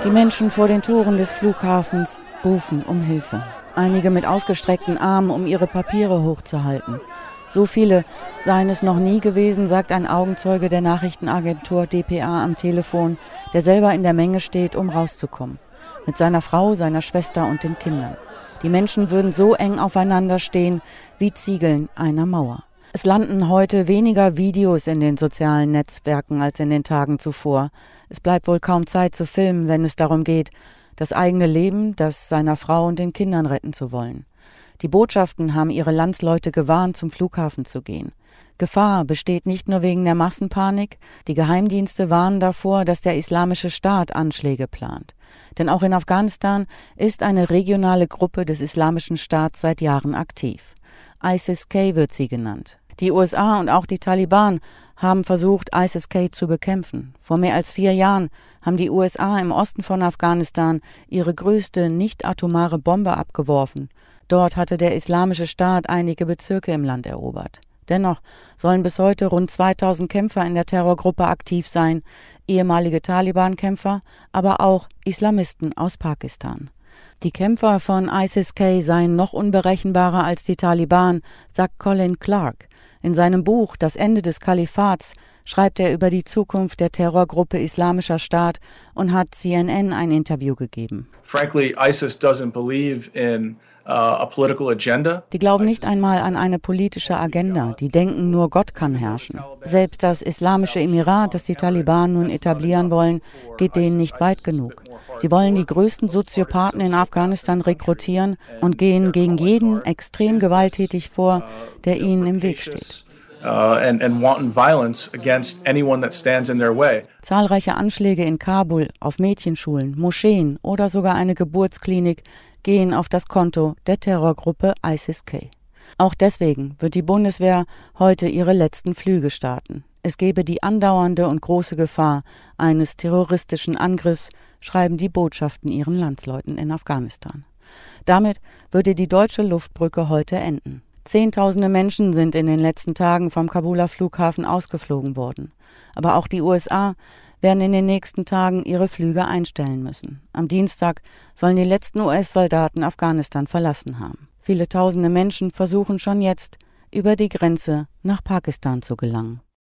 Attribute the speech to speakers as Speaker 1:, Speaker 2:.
Speaker 1: Die Menschen vor den Toren des Flughafens rufen um Hilfe. Einige mit ausgestreckten Armen, um ihre Papiere hochzuhalten. So viele seien es noch nie gewesen, sagt ein Augenzeuge der Nachrichtenagentur dpa am Telefon, der selber in der Menge steht, um rauszukommen. Mit seiner Frau, seiner Schwester und den Kindern. Die Menschen würden so eng aufeinander stehen wie Ziegeln einer Mauer. Es landen heute weniger Videos in den sozialen Netzwerken als in den Tagen zuvor. Es bleibt wohl kaum Zeit zu filmen, wenn es darum geht, das eigene Leben, das seiner Frau und den Kindern retten zu wollen. Die Botschaften haben ihre Landsleute gewarnt, zum Flughafen zu gehen. Gefahr besteht nicht nur wegen der Massenpanik, die Geheimdienste warnen davor, dass der Islamische Staat Anschläge plant. Denn auch in Afghanistan ist eine regionale Gruppe des Islamischen Staats seit Jahren aktiv. ISIS-K wird sie genannt. Die USA und auch die Taliban haben versucht, ISIS-K zu bekämpfen. Vor mehr als 4 Jahren haben die USA im Osten von Afghanistan ihre größte nicht-atomare Bombe abgeworfen. Dort hatte der Islamische Staat einige Bezirke im Land erobert. Dennoch sollen bis heute rund 2000 Kämpfer in der Terrorgruppe aktiv sein, ehemalige Taliban-Kämpfer, aber auch Islamisten aus Pakistan. Die Kämpfer von ISIS-K seien noch unberechenbarer als die Taliban, sagt Colin Clark. In seinem Buch »Das Ende des Kalifats« schreibt er über die Zukunft der Terrorgruppe Islamischer Staat und hat CNN ein Interview gegeben.
Speaker 2: Frankly, ISIS doesn't believe in a political agenda.
Speaker 1: Die glauben nicht einmal an eine politische Agenda, die denken nur, Gott kann herrschen. Selbst das Islamische Emirat, das die Taliban nun etablieren wollen, geht denen nicht weit genug. Sie wollen die größten Soziopathen in Afghanistan rekrutieren und gehen gegen jeden extrem gewalttätig vor, der ihnen im Weg steht.
Speaker 2: And wanton violence against anyone that stands in their way.
Speaker 1: Zahlreiche Anschläge in Kabul, auf Mädchenschulen, Moscheen oder sogar eine Geburtsklinik gehen auf das Konto der Terrorgruppe ISIS-K. Auch deswegen wird die Bundeswehr heute ihre letzten Flüge starten. Es gebe die andauernde und große Gefahr eines terroristischen Angriffs, schreiben die Botschaften ihren Landsleuten in Afghanistan. Damit würde die deutsche Luftbrücke heute enden. Zehntausende Menschen sind in den letzten Tagen vom Kabuler Flughafen ausgeflogen worden. Aber auch die USA werden in den nächsten Tagen ihre Flüge einstellen müssen. Am Dienstag sollen die letzten US-Soldaten Afghanistan verlassen haben. Viele tausende Menschen versuchen schon jetzt, über die Grenze nach Pakistan zu gelangen.